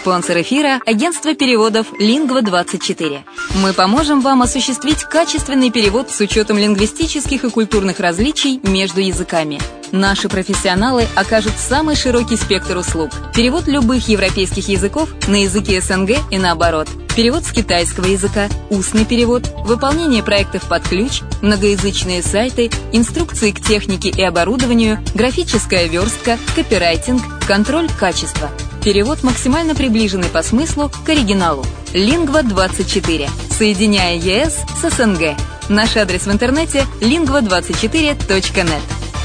Спонсор эфира – агентство переводов Lingva24. Мы поможем вам осуществить качественный перевод с учетом лингвистических и культурных различий между языками. Наши профессионалы окажут самый широкий спектр услуг. Перевод любых европейских языков на языки СНГ и наоборот. Перевод с китайского языка, устный перевод, выполнение проектов под ключ, многоязычные сайты, инструкции к технике и оборудованию, графическая верстка, копирайтинг, контроль качества. Перевод максимально приближенный по смыслу к оригиналу. Lingva24. Соединяя ЕС с СНГ. Наш адрес в интернете lingva24.net.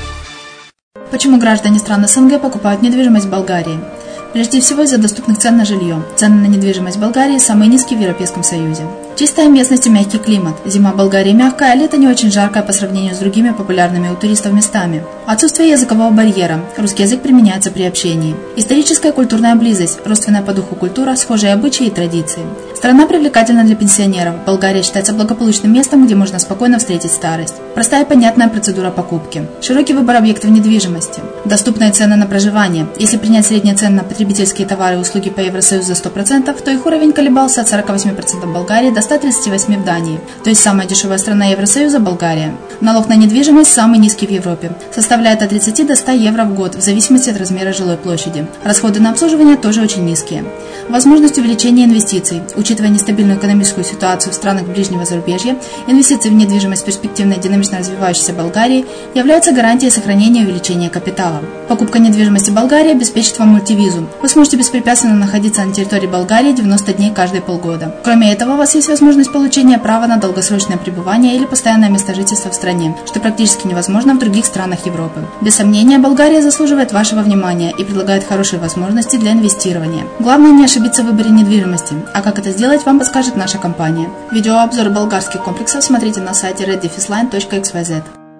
Почему граждане стран СНГ покупают недвижимость в Болгарии? Прежде всего из-за доступных цен на жилье. Цены на недвижимость в Болгарии самые низкие в Европейском Союзе. Чистая местность и мягкий климат. Зима в Болгарии мягкая, а лето не очень жаркое по сравнению с другими популярными у туристов местами. Отсутствие языкового барьера. Русский язык применяется при общении. Историческая и культурная близость. Родственная по духу культура, схожие обычаи и традиции. Страна привлекательна для пенсионеров. Болгария считается благополучным местом, где можно спокойно встретить старость. Простая и понятная процедура покупки. Широкий выбор объектов недвижимости. Доступные цены на проживание. Если принять средние цены на потребительские товары и услуги по Евросоюзу за 100%, то их уровень колебался от 48% в Болгарии до 138% в Дании. То есть самая дешевая страна Евросоюза – Болгария. Налог на недвижимость самый низкий в Европе. Составляет от 30 до 100 евро в год, в зависимости от размера жилой площади. Расходы на обслуживание тоже очень низкие. Возможность увеличения инвестиций. Учитывая нестабильную экономическую ситуацию в странах ближнего зарубежья, инвестиции в недвижимость в перспективной динамично развивающейся Болгарии являются гарантией сохранения и увеличения капитала. Покупка недвижимости в Болгарии обеспечит вам мультивизу. Вы сможете беспрепятственно находиться на территории Болгарии 90 дней каждые полгода. Кроме этого, у вас есть возможность получения права на долгосрочное пребывание или постоянное место жительства в стране, что практически невозможно в других странах Европы. Без сомнения, Болгария заслуживает вашего внимания и предлагает хорошие возможности для инвестирования. Главное не ошибиться в выборе недвижимости, а как это сделать, вам подскажет наша компания. Видеообзор болгарских комплексов смотрите на сайте reddefisline.xyz.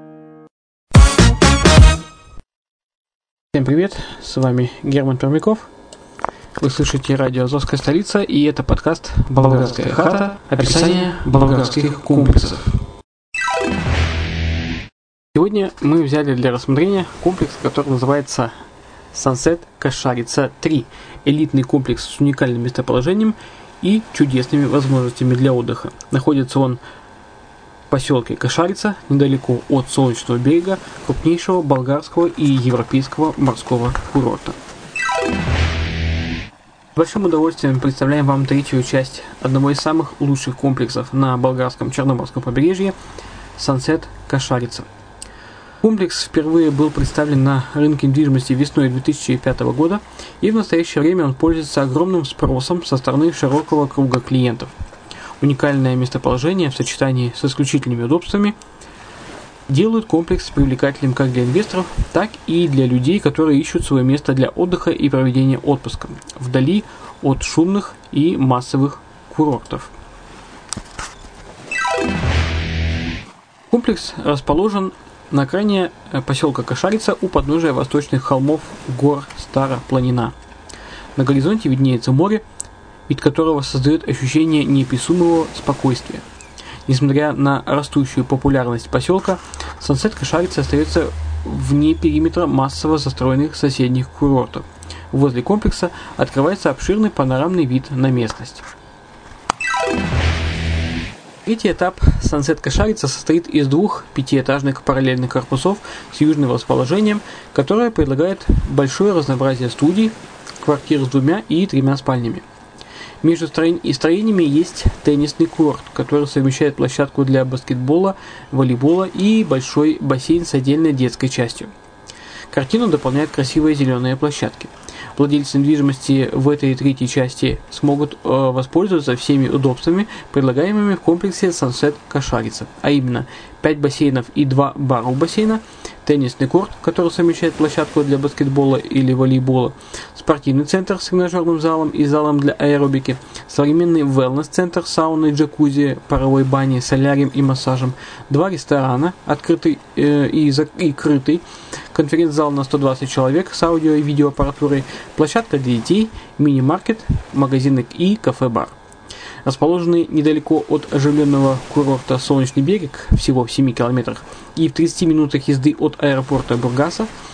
Всем привет, с вами Герман Пермяков. Вы слышите радио «Азовская столица», и это подкаст «Болгарская хата. Описание болгарских комплексов». Сегодня мы взяли для рассмотрения комплекс, который называется Sunset Кашарица 3. Элитный комплекс с уникальным местоположением и чудесными возможностями для отдыха. Находится он в поселке Кашарица, недалеко от Солнечного берега, крупнейшего болгарского и европейского морского курорта. С большим удовольствием представляем вам третью часть одного из самых лучших комплексов на болгарском Черноморском побережье – Sunset Кашарица. Комплекс впервые был представлен на рынке недвижимости весной 2005 года, и в настоящее время он пользуется огромным спросом со стороны широкого круга клиентов. Уникальное местоположение в сочетании с исключительными удобствами делают комплекс привлекательным как для инвесторов, так и для людей, которые ищут свое место для отдыха и проведения отпуска, вдали от шумных и массовых курортов. Комплекс расположен на окраине поселка Кашарица у подножия восточных холмов гор Стара-Планина. На горизонте виднеется море, вид которого создает ощущение неописуемого спокойствия. Несмотря на растущую популярность поселка, Sunset Кашарица остается вне периметра массово застроенных соседних курортов. Возле комплекса открывается обширный панорамный вид на местность. Третий этап Sunset Кашарица состоит из двух пятиэтажных параллельных корпусов с южным расположением, которое предлагает большое разнообразие студий, квартир с 2 и 3 спальнями. Между строениями есть теннисный курорт, который совмещает площадку для баскетбола, волейбола и большой бассейн с отдельной детской частью. Картину дополняют красивые зеленые площадки. Владельцы недвижимости в этой третьей части смогут воспользоваться всеми удобствами, предлагаемыми в комплексе Sunset Кашарица, а именно 5 бассейнов и 2 бара у бассейна, теннисный корт, который совмещает площадку для баскетбола или волейбола, спортивный центр с тренажерным залом и залом для аэробики, современный wellness-центр с сауной, джакузи, паровой баней, солярием и массажем, 2 ресторана, открытый и крытый, конференц-зал на 120 человек с аудио и видеоаппаратурой, площадка для детей, мини-маркет, магазины и кафе-бар. Расположенный недалеко от оживленного курорта Солнечный берег, всего в 7 километрах, и в 30 минутах езды от аэропорта Бургаса,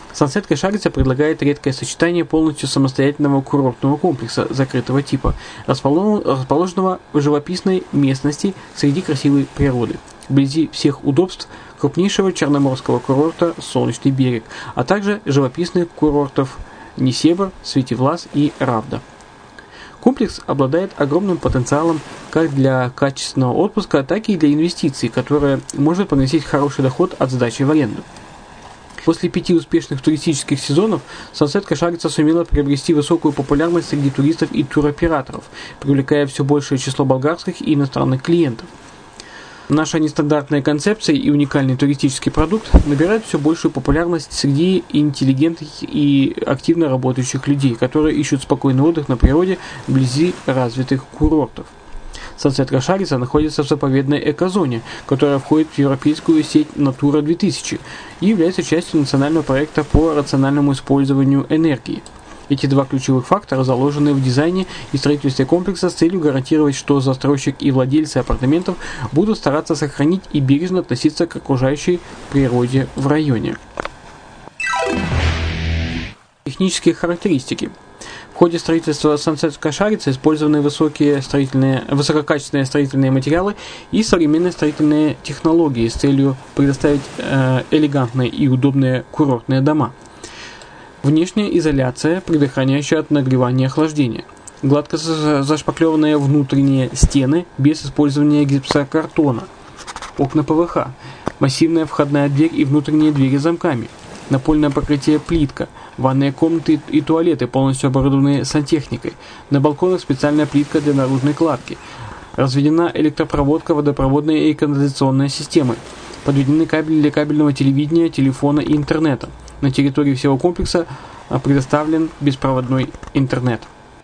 Sunset Кашарица предлагает редкое сочетание полностью самостоятельного курортного комплекса закрытого типа, расположенного в живописной местности среди красивой природы, вблизи всех удобств крупнейшего черноморского курорта «Солнечный берег», а также живописных курортов Несебр, Светивлас и Равда. Комплекс обладает огромным потенциалом как для качественного отпуска, так и для инвестиций, которые может приносить хороший доход от сдачи в аренду. После 5 успешных туристических сезонов Sunset Кашарица сумела приобрести высокую популярность среди туристов и туроператоров, привлекая все большее число болгарских и иностранных клиентов. Наша нестандартная концепция и уникальный туристический продукт набирают все большую популярность среди интеллигентных и активно работающих людей, которые ищут спокойный отдых на природе вблизи развитых курортов. Sunset Кашарица находится в заповедной экозоне, которая входит в европейскую сеть Natura 2000 и является частью национального проекта по рациональному использованию энергии. Эти два ключевых фактора заложены в дизайне и строительстве комплекса с целью гарантировать, что застройщик и владельцы апартаментов будут стараться сохранить и бережно относиться к окружающей природе в районе. Технические характеристики. В ходе строительства Sunset Кашарицы использованы высококачественные строительные материалы и современные строительные технологии с целью предоставить элегантные и удобные курортные дома. Внешняя изоляция, предохраняющая от нагревания и охлаждения. Гладко зашпаклеванные внутренние стены без использования гипсокартона. Окна ПВХ. Массивная входная дверь и внутренние двери с замками. Напольное покрытие плитка. Ванные комнаты и туалеты полностью оборудованы сантехникой. На балконах специальная плитка для наружной кладки. Разведена электропроводка, водопроводная и канализационная системы. Подведены кабели для кабельного телевидения, телефона и интернета. На территории всего комплекса предоставлен беспроводной интернет.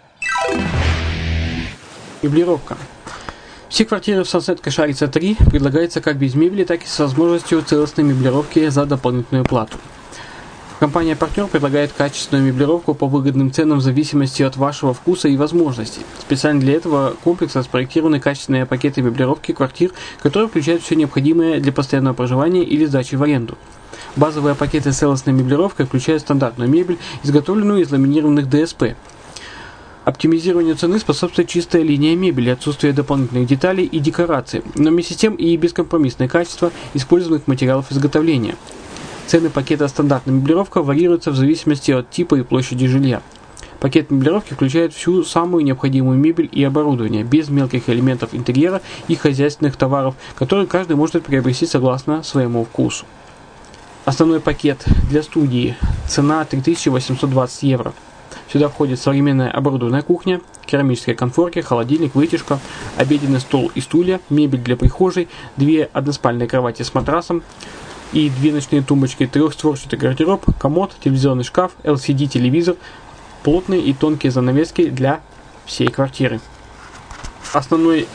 Меблировка. Все квартиры в Sunset Кашарица 3 предлагаются как без мебели, так и с возможностью целостной меблировки за дополнительную плату. Компания-партнер предлагает качественную меблировку по выгодным ценам в зависимости от вашего вкуса и возможностей. Специально для этого комплекса спроектированы качественные пакеты меблировки квартир, которые включают все необходимое для постоянного проживания или сдачи в аренду. Базовые пакеты с целостной меблировкой включают стандартную мебель, изготовленную из ламинированных ДСП. Оптимизированию цены способствует чистая линия мебели, отсутствие дополнительных деталей и декораций, но вместе с тем и бескомпромиссное качество использованных материалов изготовления. Цены пакета стандартная меблировка варьируются в зависимости от типа и площади жилья. Пакет меблировки включает всю самую необходимую мебель и оборудование, без мелких элементов интерьера и хозяйственных товаров, которые каждый может приобрести согласно своему вкусу. Основной пакет для студии. Цена 3820 евро. Сюда входит современная оборудованная кухня, керамические конфорки, холодильник, вытяжка, обеденный стол и стулья, мебель для прихожей, 2 односпальные кровати с матрасом и 2 ночные тумбочки, 3-створчатый гардероб, комод, телевизионный шкаф, LCD-телевизор, плотные и тонкие занавески для всей квартиры. Основной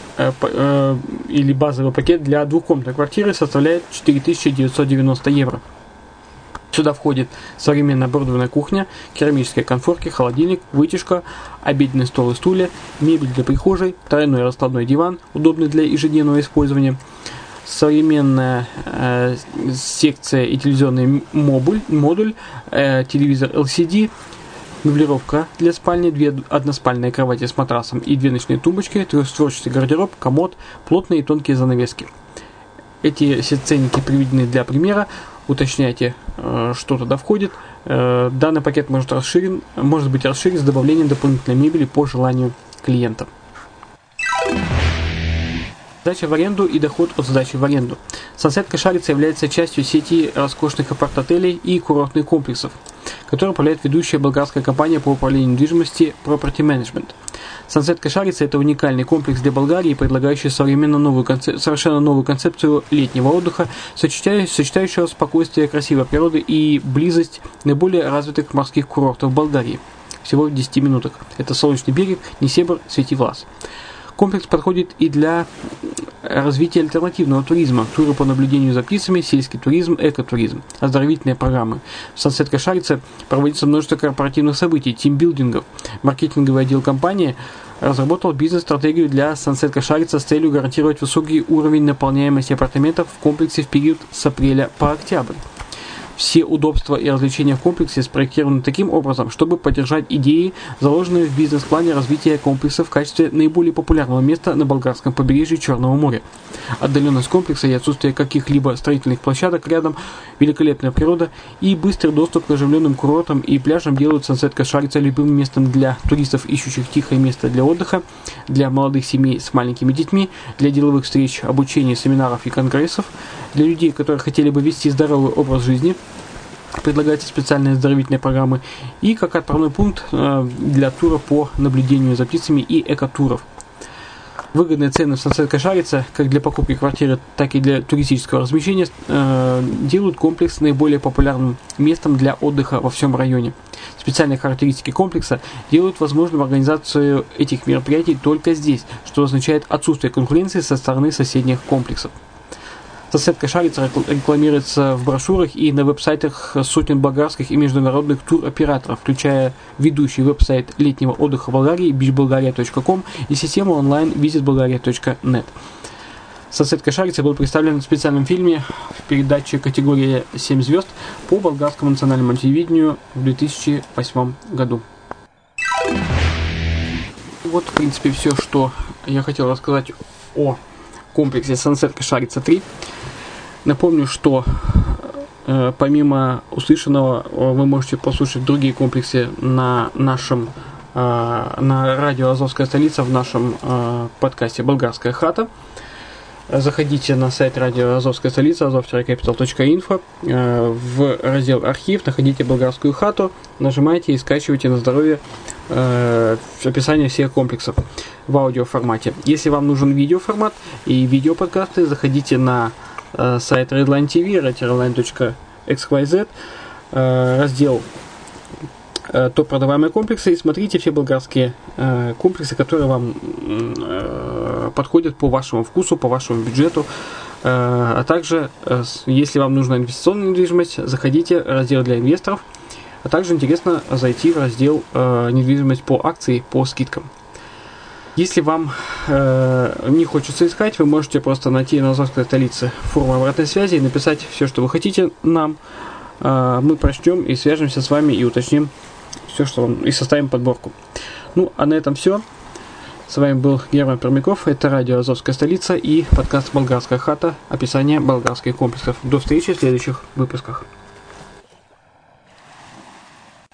или базовый пакет для двухкомнатной квартиры составляет 4990 евро. Сюда входит современная оборудованная кухня, керамические конфорки, холодильник, вытяжка, обеденный стол и стулья, мебель для прихожей, тройной раскладной диван, удобный для ежедневного использования, современная секция и телевизионный модуль, телевизор LCD, меблировка для спальни, 2 односпальные кровати с матрасом и 2 ночные тумбочки, 3-створчатый гардероб, комод, плотные и тонкие занавески. Эти все ценники приведены для примера. Уточняйте, что туда входит. Данный пакет может быть расширен с добавлением дополнительной мебели по желанию клиента. Сдача в аренду и доход от сдачи в аренду. Sunset Кашарица является частью сети роскошных апарт-отелей и курортных комплексов, которые управляет ведущая болгарская компания по управлению недвижимости Property Management. Sunset Кашарица – это уникальный комплекс для Болгарии, предлагающий совершенно новую концепцию летнего отдыха, сочетающего спокойствие красивой природы и близость наиболее развитых морских курортов Болгарии. Всего в 10 минутах. Это Солнечный берег, Несебр, Светивлас. Комплекс подходит и для развития альтернативного туризма, туры по наблюдению за птицами, сельский туризм, экотуризм, оздоровительные программы. В Sunset Кашарице проводится множество корпоративных событий, тимбилдингов. Маркетинговый отдел компании разработал бизнес-стратегию для Sunset Кашарица с целью гарантировать высокий уровень наполняемости апартаментов в комплексе в период с апреля по октябрь. Все удобства и развлечения в комплексе спроектированы таким образом, чтобы поддержать идеи, заложенные в бизнес-плане развития комплекса в качестве наиболее популярного места на болгарском побережье Черного моря. Отдаленность комплекса и отсутствие каких-либо строительных площадок рядом, великолепная природа и быстрый доступ к оживленным курортам и пляжам делают Сансет Кашарица любимым местом для туристов, ищущих тихое место для отдыха, для молодых семей с маленькими детьми, для деловых встреч, обучения, семинаров и конгрессов, для людей, которые хотели бы вести здоровый образ жизни. Предлагаются специальные оздоровительные программы и как отправной пункт для тура по наблюдению за птицами и экотуров. Выгодные цены в Сансет Кашарица, как для покупки квартиры, так и для туристического размещения, делают комплекс наиболее популярным местом для отдыха во всем районе. Специальные характеристики комплекса делают возможным организацию этих мероприятий только здесь, что означает отсутствие конкуренции со стороны соседних комплексов. Сансет Кашарица рекламируется в брошюрах и на веб-сайтах сотен болгарских и международных туроператоров, включая ведущий веб-сайт летнего отдыха в Болгарии beachbulgaria.com и систему онлайн visitbulgaria.net. Сансет Кашарица был представлен в специальном фильме в передаче категории 7 звезд по болгарскому национальному телевидению в 2008 году. Вот, в принципе, все, что я хотел рассказать о комплексе Сансет Кашарица 3. Напомню, что помимо услышанного вы можете послушать другие комплексы на нашем на радио «Азовская столица» в нашем подкасте «Болгарская хата». Заходите на сайт радио «Азовская столица» azov-capital.info, в раздел «Архив» находите «Болгарскую хату», нажимайте и скачивайте на здоровье описание всех комплексов в аудиоформате. Если вам нужен видеоформат и видеоподкасты, заходите на сайт Redline TV, redline.xyz, раздел топ продаваемые комплексы, и смотрите все болгарские комплексы, которые вам подходят по вашему вкусу, по вашему бюджету. А также, если вам нужна инвестиционная недвижимость, заходите в раздел для инвесторов. А также интересно зайти в раздел недвижимость по акции, по скидкам. Если вам не хочется искать, вы можете просто найти на Азовской столице форму обратной связи и написать все, что вы хотите нам. Мы прочтем и свяжемся с вами и уточним все, что вам, и составим подборку. Ну, а на этом все. С вами был Герман Пермяков. Это радио «Азовская столица» и подкаст «Болгарская хата». Описание болгарских комплексов. До встречи в следующих выпусках.